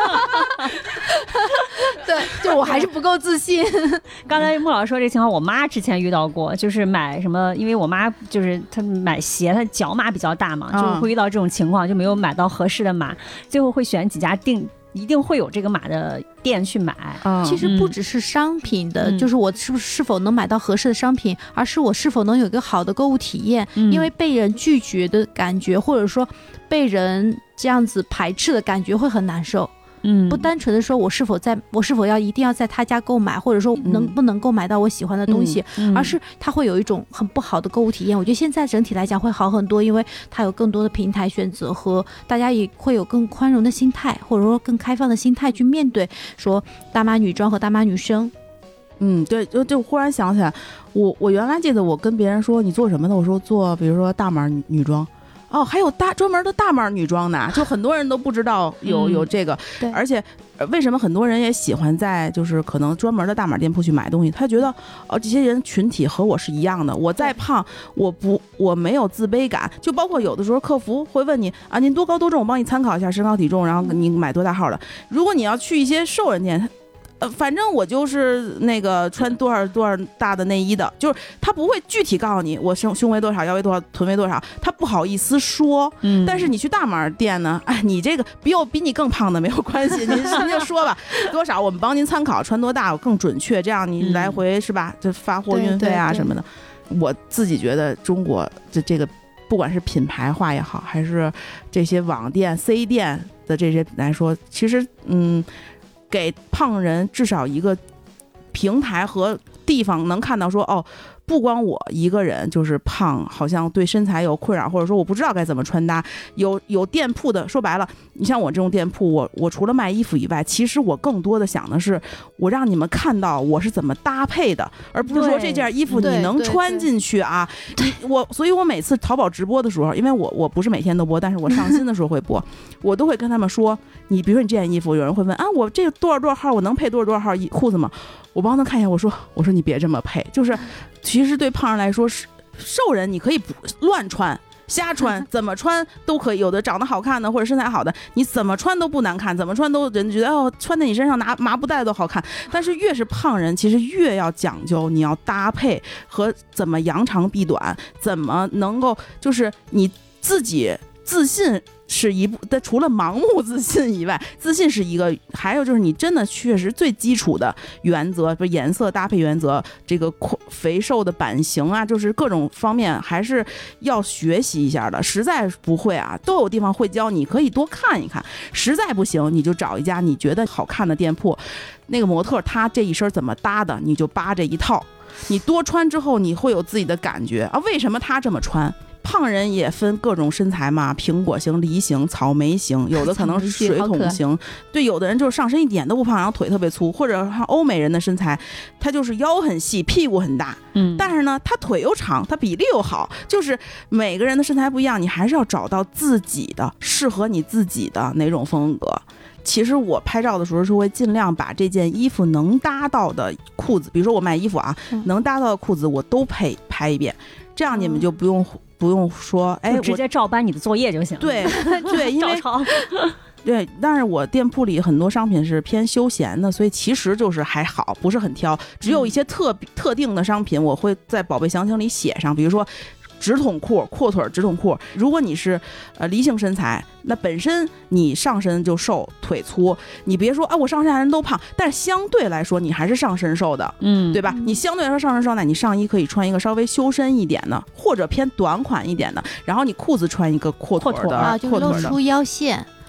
对，就我还是不够自信。 刚才穆老师说这个情况，我妈之前遇到过，就是买什么，因为我妈就是她买鞋，她脚码比较大嘛， 嗯、 就会遇到这种情况，就没有买到合适的码，最后会选几家定。一定会有这个码的店去买、 嗯、其实不只是商品的、嗯、就是我是不是是否能买到合适的商品，而是我是否能有一个好的购物体验、嗯、因为被人拒绝的感觉，或者说被人这样子排斥的感觉会很难受。嗯，不单纯的说我是否在我是否要一定要在他家购买，或者说能不能购买到我喜欢的东西、嗯嗯、而是他会有一种很不好的购物体验。我觉得现在整体来讲会好很多，因为他有更多的平台选择，和大家也会有更宽容的心态，或者说更开放的心态去面对说大码女装和大码女生。 嗯，对，就就忽然想起来，我我原来记得我跟别人说你做什么的，我说做比如说大码女女装。哦，还有大专门的大码女装呢，就很多人都不知道有、嗯、有这个， 对， 而且为什么很多人也喜欢在就是可能专门的大码店铺去买东西？他觉得哦，这些人群体和我是一样的，我再胖，我不我没有自卑感，就包括有的时候客服会问你啊，您多高多重，我帮你参考一下身高体重，然后你买多大号的。如果你要去一些瘦人店。呃，反正我就是那个穿多少多少大的内衣的，就是他不会具体告诉你我胸胸围多少，腰围多少，臀围多少，他不好意思说。嗯，但是你去大码店呢，哎，你这个比我比你更胖的没有关系，您您就说吧，多少我们帮您参考，穿多大更准确，这样你来回、嗯、是吧？这发货运费啊什么的。我自己觉得中国这这个不管是品牌化也好，还是这些网店 C 店的这些来说，其实嗯。给胖人至少一个平台和地方能看到说哦，不光我一个人就是胖，好像对身材有困扰，或者说我不知道该怎么穿搭。有有店铺的，说白了，你像我这种店铺，我我除了卖衣服以外，其实我更多的想的是，我让你们看到我是怎么搭配的，而不是说这件衣服你能穿进去啊。你我，所以我每次淘宝直播的时候，因为我我不是每天都播，但是我上新的时候会播，我都会跟他们说，你比如说你这件衣服，有人会问啊，我这多少多少号，我能配多少多少号裤子吗？我帮他看一下，我说我说你别这么配，就是其实对胖人来说，是瘦人你可以不乱穿瞎穿，怎么穿都可以，有的长得好看的或者身材好的，你怎么穿都不难看，怎么穿都人觉得哦穿在你身上拿麻布袋都好看。但是越是胖人，其实越要讲究你要搭配和怎么扬长避短，怎么能够就是你自己自信。是一部，但除了盲目自信以外，自信是一个，还有就是你真的确实最基础的原则，比如颜色搭配原则，这个肥瘦的版型啊，就是各种方面还是要学习一下的。实在不会啊，都有地方会教你，可以多看一看。实在不行，你就找一家你觉得好看的店铺，那个模特他这一身怎么搭的，你就扒这一套。你多穿之后，你会有自己的感觉啊，为什么他这么穿？胖人也分各种身材嘛，苹果型、梨形、草莓型，有的可能是水桶型。对，有的人就是上身一点都不胖，然后腿特别粗，或者像欧美人的身材，他就是腰很细，屁股很大，嗯，但是呢，他腿又长，他比例又好，就是每个人的身材不一样，你还是要找到自己的适合你自己的哪种风格。其实我拍照的时候是会尽量把这件衣服能搭到的裤子，比如说我卖衣服啊，嗯、能搭到的裤子我都配拍一遍，这样你们就不用。嗯不用说，哎， 直接照搬你的作业就行。 对对，因为照抄。 对，但是我店铺里很多商品是偏休闲的，所以其实就是还好，不是很挑。只有一些特、嗯、特定的商品，我会在宝贝详情里写上，比如说。直筒裤、阔腿直筒裤，如果你是呃梨形身材，那本身你上身就瘦，腿粗，你别说啊，我上身下身都胖，但是相对来说你还是上身瘦的，嗯，对吧？你相对来说上身瘦，那你上衣可以穿一个稍微修身一点的，或者偏短款一点的，然后你裤子穿一个阔腿的， 啊，就是露出腰线。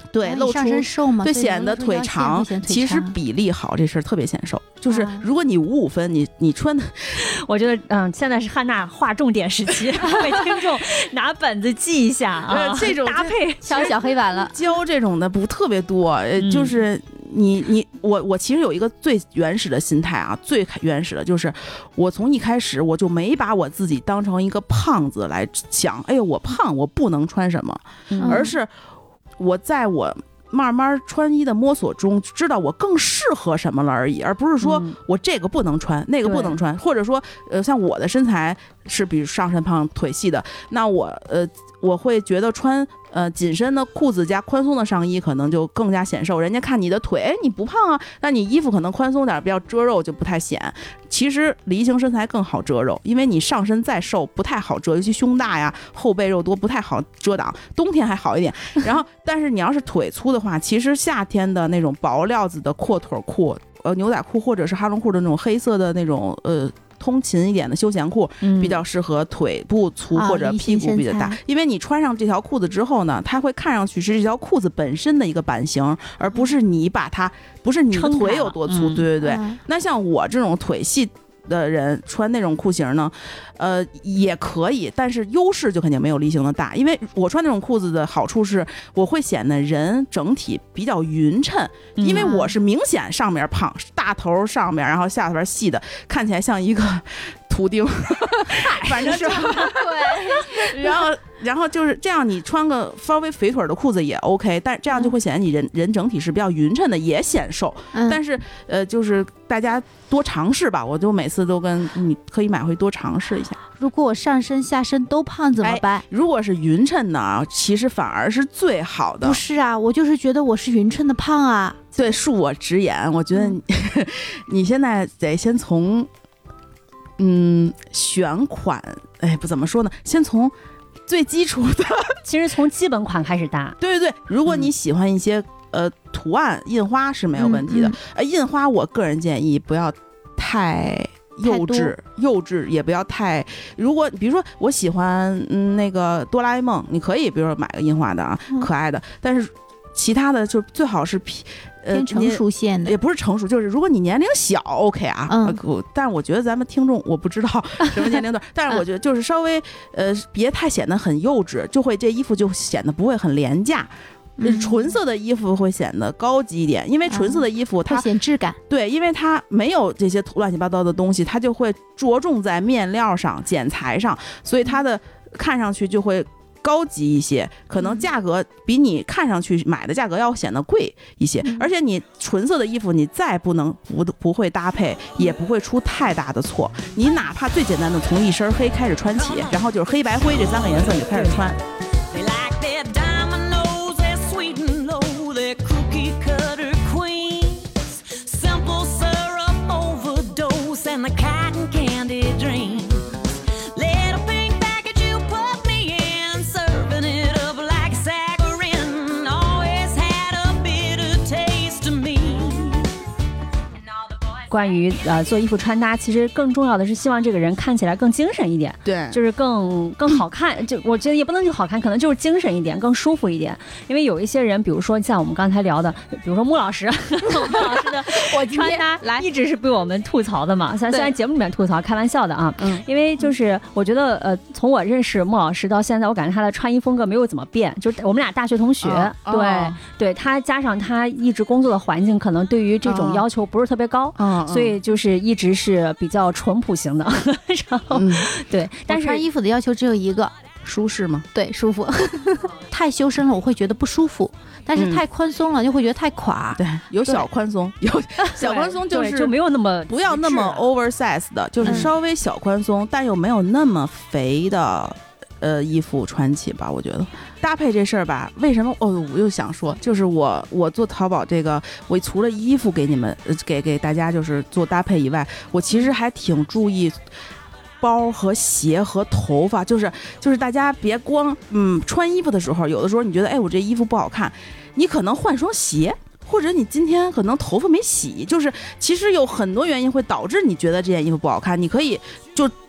对，露出上身瘦嘛， 对，显得腿长，其实比例好这事儿特别显瘦。就是如果你五五分，你你穿的， 我觉得嗯，现在是汉娜划重点时期，各位听众拿本子记一下啊， 这种搭配敲小黑板了， 教这种的不特别多，嗯、就是你你我我其实有一个最原始的心态啊，最原始的就是我从一开始我就没把我自己当成一个胖子来想，哎呦我胖我不能穿什么，嗯、而是我在我慢慢穿衣的摸索中知道我更适合什么了而已，而不是说我这个不能穿、嗯、那个不能穿，或者说呃像我的身材是比如上身胖腿细的，那我呃我会觉得穿呃紧身的裤子加宽松的上衣可能就更加显瘦，人家看你的腿，哎你不胖啊，那你衣服可能宽松点比较遮肉就不太显。其实梨形身材更好遮肉，因为你上身再瘦不太好遮，尤其胸大呀后背肉多不太好遮挡，冬天还好一点。然后但是你要是腿粗的话，其实夏天的那种薄料子的阔腿裤呃牛仔裤或者是哈伦裤的那种黑色的那种呃通勤一点的休闲裤比较适合腿部粗或者屁股比较大、嗯、因为你穿上这条裤子之后呢，它会看上去是这条裤子本身的一个版型，而不是你把它不是你的腿有多粗、嗯、对对对、嗯、那像我这种腿细的人穿那种裤型呢呃也可以，但是优势就肯定没有梨形的大，因为我穿那种裤子的好处是我会显得人整体比较匀称，因为我是明显上面胖大头上面然后下边细的，看起来像一个图钉反正是对然后然后就是这样，你穿个稍微肥腿的裤子也 OK， 但这样就会显得你人人整体是比较匀称的，也显瘦、嗯、但是呃就是大家多尝试吧，我就每次都跟你可以买回多尝试一下。 如果我上身下身都胖怎么办、哎、 如果是匀称的其实反而是最好的。 不是啊，我就是觉得我是匀称的胖啊。 对，恕我直言，我觉得你、嗯、你现在得先从嗯选款，哎不怎么说呢，先从最基础的其实从基本款开始搭。 对对对，如果你喜欢一些、嗯、呃图案印花是没有问题的、嗯嗯、呃印花我个人建议不要太幼稚幼稚也不要太，如果比如说我喜欢嗯那个哆啦 A 梦，你可以比如说买个印花的啊、嗯、可爱的，但是其他的就最好是呃偏成熟线的， 也不是成熟，就是如果你年龄小 OK 啊、嗯、但是我觉得咱们听众我不知道什么年龄段但是我觉得就是稍微呃别太显得很幼稚，就会这衣服就显得不会很廉价。嗯、纯色的衣服会显得高级一点，因为纯色的衣服它、 嗯、会显质感。 对，因为它没有这些乱七八糟的东西，它就会着重在面料上剪裁上，所以它的看上去就会高级一些，可能价格比你看上去买的价格要显得贵一些、嗯、而且你纯色的衣服你再不能不不会搭配也不会出太大的错，你哪怕最简单的从一身黑开始穿起，然后就是黑白灰这三个颜色你就开始穿。 关于呃做衣服穿搭，其实更重要的是希望这个人看起来更精神一点， 对， 就是更更好看。就我觉得也不能就好看，可能就是精神一点，更舒服一点。因为有一些人，比如说像我们刚才聊的，比如说穆老师，穆老师的我穿搭来一直是被我们吐槽的嘛，虽然虽然节目里面吐槽，开玩笑的啊。嗯，因为就是我觉得呃，从我认识穆老师到现在，我感觉他的穿衣风格没有怎么变，就是我们俩大学同学，哦、对、哦、对，他加上他一直工作的环境，可能对于这种要求不是特别高。嗯、哦。所以就是一直是比较淳朴型的，然后、嗯、对，但是穿衣服的要求只有一个， 舒适吗？ 对，舒服。太修身了我会觉得不舒服，但是太宽松了就会觉得太垮。 对，有小宽松，有小宽松就是就没有那么不要那么 oversize 的，就是稍微小宽松，嗯、但又没有那么肥的。呃，衣服穿起吧，我觉得搭配这事儿吧，为什么？哦，我又想说，就是我我做淘宝这个，我除了衣服给你们给给大家就是做搭配以外，我其实还挺注意包和鞋和头发，就是就是大家别光嗯穿衣服的时候，有的时候你觉得哎我这衣服不好看，你可能换双鞋。或者你今天可能头发没洗，就是其实有很多原因会导致你觉得这件衣服不好看，你可以就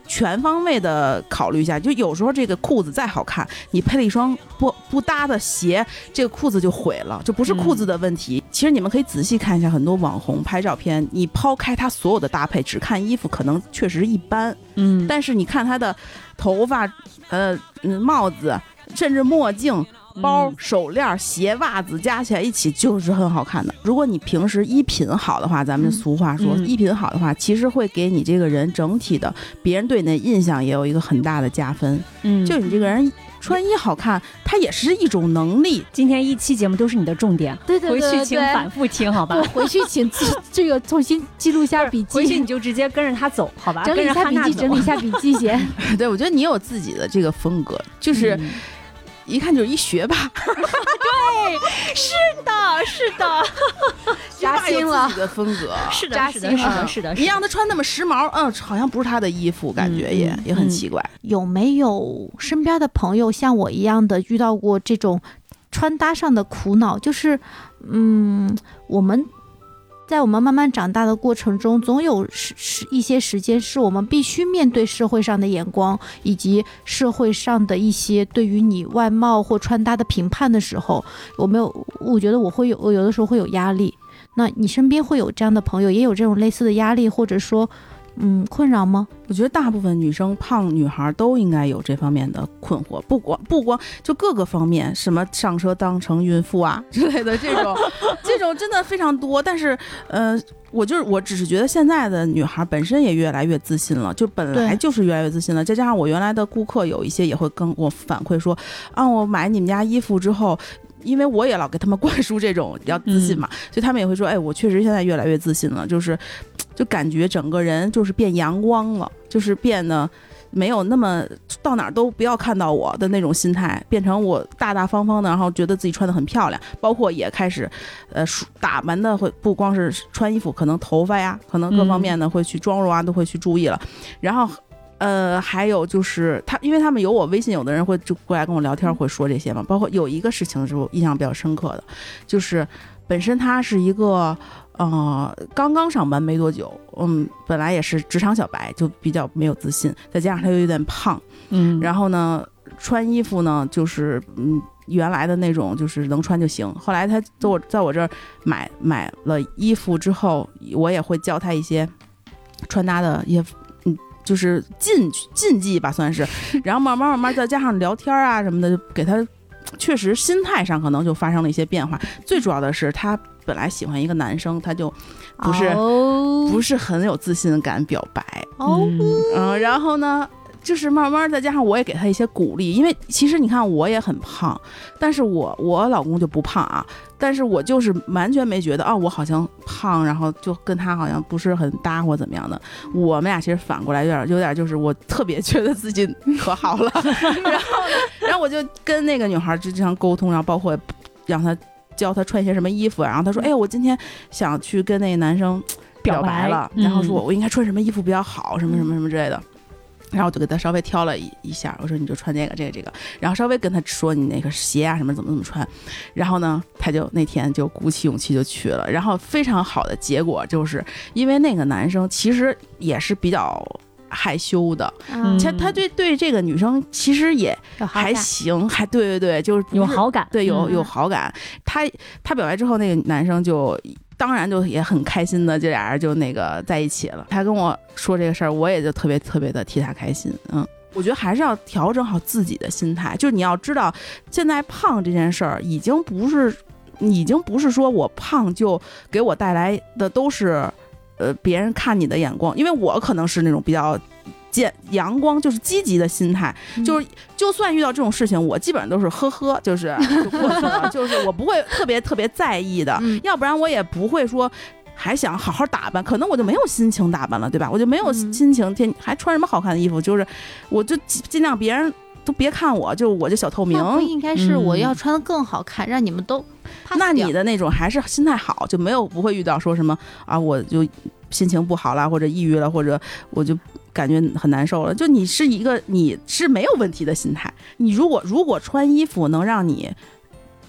全方位的考虑一下，就有时候这个裤子再好看，你配了一双不不搭的鞋，这个裤子就毁了，就不是裤子的问题。嗯、其实你们可以仔细看一下很多网红拍照片，你抛开他所有的搭配，只看衣服可能确实一般，嗯，但是你看他的头发、呃、帽子，甚至墨镜。包、手链、鞋、袜子加起来一起就是很好看的。如果你平时衣品好的话，咱们俗话说、嗯、衣品好的话，其实会给你这个人整体的别人对你的印象也有一个很大的加分。嗯，就你这个人穿衣好看，它也是一种能力。 今天一期节目都是你的重点， 对对对对， 回去请反复听，好吧？ 我回去请这个重新记录一下笔记， 回去你就直接跟着他走，好吧？ 整理一下笔记，整理一下笔记先。 对，我觉得你有自己的这个风格，就是。嗯，一看就是一学霸。 对，是的，是的， 扎心了。 自己的风格， 是的，是的，是的，是的。 你让他穿那么时髦，嗯，好像不是他的衣服，感觉也、嗯、也很奇怪、 嗯。有没有身边的朋友像我一样的遇到过这种穿搭上的苦恼？就是，嗯，我们。在我们慢慢长大的过程中，总有一些时间是我们必须面对社会上的眼光，以及社会上的一些对于你外貌或穿搭的评判的时候，我没有，我觉得我会有，我有的时候会有压力。那你身边会有这样的朋友，也有这种类似的压力，或者说嗯困扰吗？ 我觉得大部分女生胖女孩都应该有这方面的困惑，不光不光就各个方面，什么上车当成孕妇啊之类的这种这种真的非常多。但是呃我就是我只是觉得现在的女孩本身也越来越自信了，就本来就是越来越自信了，再加上我原来的顾客有一些也会跟我反馈说啊，我买你们家衣服之后，因为我也老给他们灌输这种要自信嘛、嗯、所以他们也会说，哎，我确实现在越来越自信了，就是就感觉整个人就是变阳光了，就是变得没有那么到哪儿都不要看到我的那种心态，变成我大大方方的，然后觉得自己穿得很漂亮，包括也开始呃打扮的会不光是穿衣服，可能头发呀，可能各方面的会去妆容啊、嗯、都会去注意了。然后呃还有就是他因为他们有我微信，有的人会就过来跟我聊天会说这些嘛，包括有一个事情是我印象比较深刻的，就是本身他是一个呃，刚刚上班没多久，嗯，本来也是职场小白，就比较没有自信，再加上他又有点胖，嗯，然后呢，穿衣服呢，就是嗯，原来的那种，就是能穿就行。后来他在我在我这儿买买了衣服之后，我也会教他一些穿搭的一些，嗯，就是禁禁忌吧，算是。然后慢慢慢慢再加上聊天啊什么的，就给他确实心态上可能就发生了一些变化。最主要的是他本来喜欢一个男生，他就不是、oh. 不是很有自信感表白哦， oh. 嗯，然后呢，就是慢慢再加上我也给他一些鼓励，因为其实你看我也很胖，但是我我老公就不胖啊，但是我就是完全没觉得啊、哦，我好像胖，然后就跟他好像不是很搭或怎么样的。我们俩其实反过来有点有点就是我特别觉得自己可好了，然后呢，然后我就跟那个女孩就这样沟通，然后包括让他。教他穿一些什么衣服，然后他说：“哎，我今天想去跟那个男生表白了，白然后说我我应该穿什么衣服比较好，什么什么什么之类的。”然后我就给他稍微挑了一一下，我说你就穿这个这个这个，然后稍微跟他说你那个鞋啊什么怎么怎么穿，然后呢，他就那天就鼓起勇气就去了，然后非常好的结果就是因为那个男生其实也是比较。害羞的，嗯，他他对对这个女生其实也还行，还对对对，就是有好感， 对有有好感。他他表白之后，那个男生就当然就也很开心的，这俩人就那个在一起了。他跟我说这个事儿，我也就特别特别的替他开心。嗯，我觉得还是要调整好自己的心态，就是你要知道，现在胖这件事儿已经不是，已经不是说我胖就给我带来的都是。呃，别人看你的眼光，因为我可能是那种比较健阳光，就是积极的心态，嗯、就是就算遇到这种事情，我基本上都是呵呵，就是就过去了，就是我不会特别特别在意的，嗯、要不然我也不会说还想好好打扮，可能我就没有心情打扮了，对吧？我就没有心情天还穿什么好看的衣服，就是我就尽量别人都别看我，就我就小透明。 那不应该是我要穿得更好看，嗯、让你们都。 那你的那种还是心态好，就没有不会遇到说什么啊，我就心情不好了，或者抑郁了，或者我就感觉很难受了。就你是一个你是没有问题的心态。你如果如果穿衣服能让你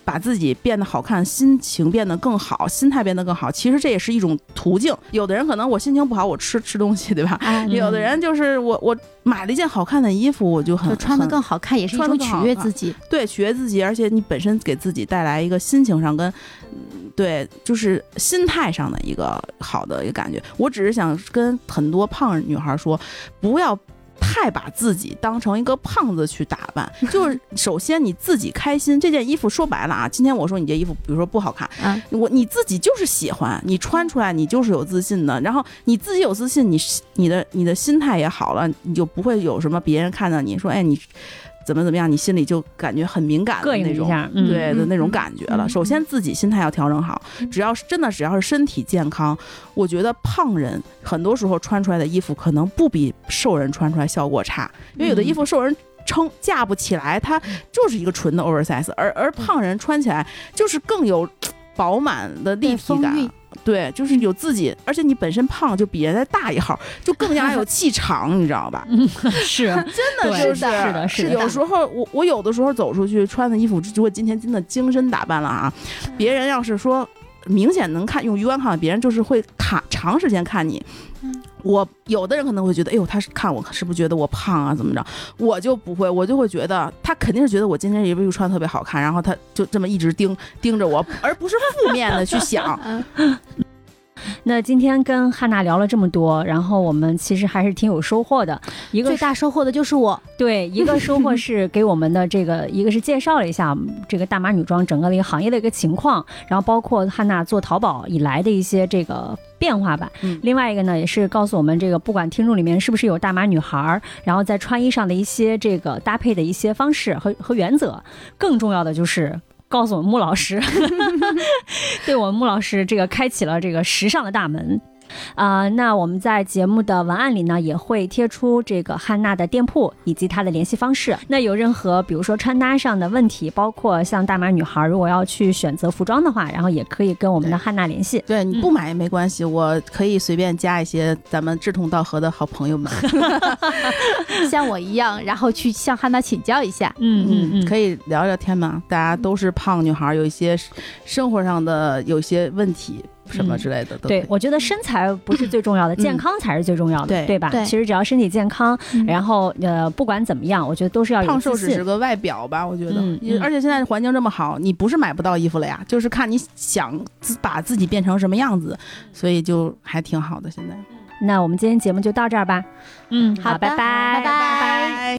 把自己变得好看，心情变得更好，心态变得更好，其实这也是一种途径。有的人可能我心情不好，我吃吃东西，对吧？嗯、有的人就是我我买了一件好看的衣服，我就很就穿得更好看，也是一种取悦自己。 对，取悦自己，而且你本身给自己带来一个心情上跟。对，就是心态上的一个好的一个感觉。我只是想跟很多胖女孩说，不要太把自己当成一个胖子去打扮。就是首先你自己开心，这件衣服说白了啊，今天我说你这衣服，比如说不好看，嗯、我你自己就是喜欢，你穿出来你就是有自信的。然后你自己有自信，你你的你的心态也好了，你就不会有什么别人看到你说，哎你。怎么怎么样，你心里就感觉很敏感的那种， 嗯、 对的那种感觉了。嗯、首先自己心态要调整好，嗯、只要是真的只要是身体健康，我觉得胖人很多时候穿出来的衣服可能不比瘦人穿出来效果差，因为有的衣服瘦人撑架不起来，它就是一个纯的 oversize， 而而胖人穿起来就是更有饱满的立体感。对，就是有自己，而且你本身胖就比人家大一号，就更加有气场，你知道吧？ 嗯，是， 真的就是是的，是的。 有时候我我有的时候走出去穿的衣服，如果今天真的精心打扮了啊，别人要是说明显能看用余光看，别人就是会看长时间看你。我有的人可能会觉得，哎呦，他是看我是不是觉得我胖啊，怎么着？我就不会，我就会觉得他肯定是觉得我今天衣服穿特别好看，然后他就这么一直盯盯着我，而不是负面的去想。 那今天跟汉娜聊了这么多，然后我们其实还是挺有收获的。一个最大收获的就是我， 对，一个收获是给我们的这个，一个是介绍了一下这个大码女装整个的一个行业的一个情况，然后包括汉娜做淘宝以来的一些这个变化吧。嗯、另外一个呢，也是告诉我们这个，不管听众里面是不是有大码女孩，然后在穿衣上的一些这个搭配的一些方式和和原则，更重要的就是。告诉我们穆老师对我们穆老师这个开启了这个时尚的大门啊、呃，那我们在节目的文案里呢也会贴出这个汉娜的店铺以及她的联系方式。那有任何比如说穿搭上的问题，包括像大码女孩如果要去选择服装的话，然后也可以跟我们的汉娜联系。 对，对你不买也没关系、嗯、我可以随便加一些咱们志同道合的好朋友们像我一样，然后去向汉娜请教一下。 嗯嗯嗯， 可以聊聊天嘛，大家都是胖女孩，有一些生活上的有一些问题什么之类的、嗯、 对，我觉得身材不是最重要的、嗯、健康才是最重要的、嗯、对, 对吧对，其实只要身体健康、嗯、然后呃不管怎么样我觉得都是要有胖瘦只是个外表吧，我觉得、嗯嗯、而且现在环境这么好，你不是买不到衣服了呀，就是看你想把自己变成什么样子，所以就还挺好的现在。 那我们今天节目就到这儿吧。嗯，好，拜拜拜拜拜。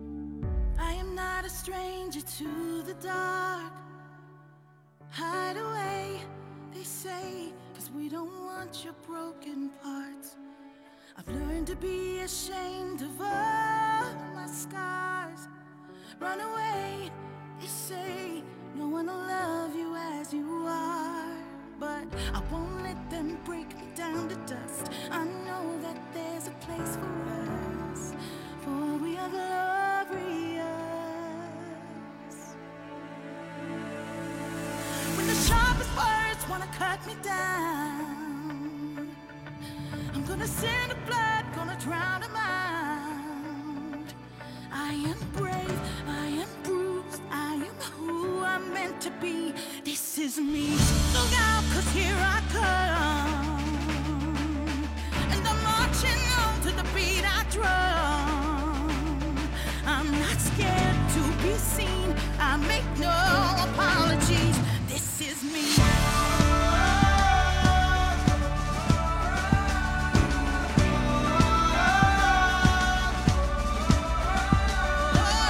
We don't want your broken parts. I've learned to be ashamed of all my scars. Run away, they say, no one will love you as you are. But I won't let them break me down to dust. I know that there's a place for us, for we are glorious. When the sharpest words wanna cut me down, I'm gonna send a flood, gonna drown them out. I am brave, I am bruised, I am who I'm meant to be. This is me. Look out, 'cause here I come, and I'm marching on to the beat I drum. I'm not scared to be seen, I make no apologies. This is me. Oh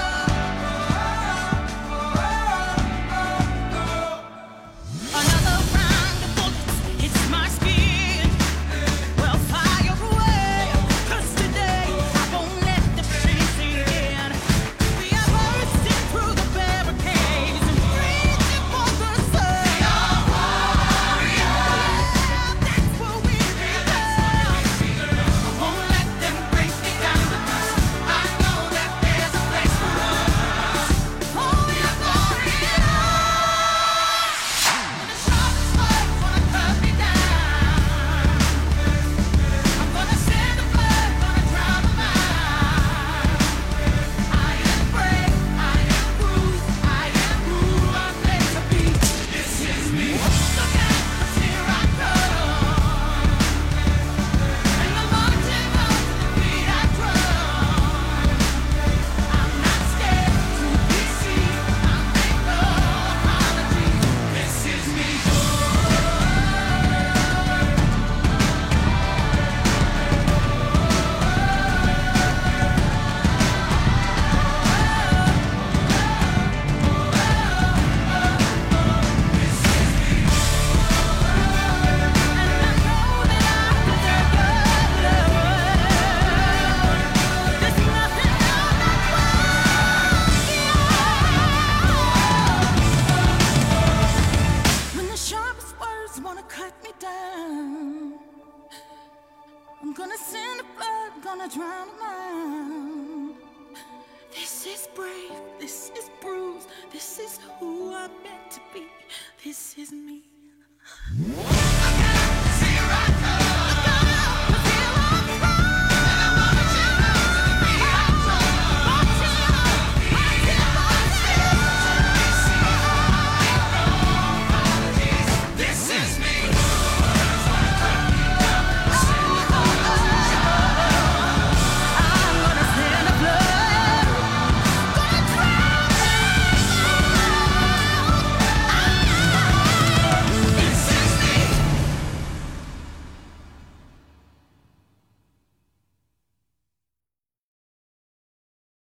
gonna drown a man. This is brave, this is bruised, this is who I'm meant to be. This is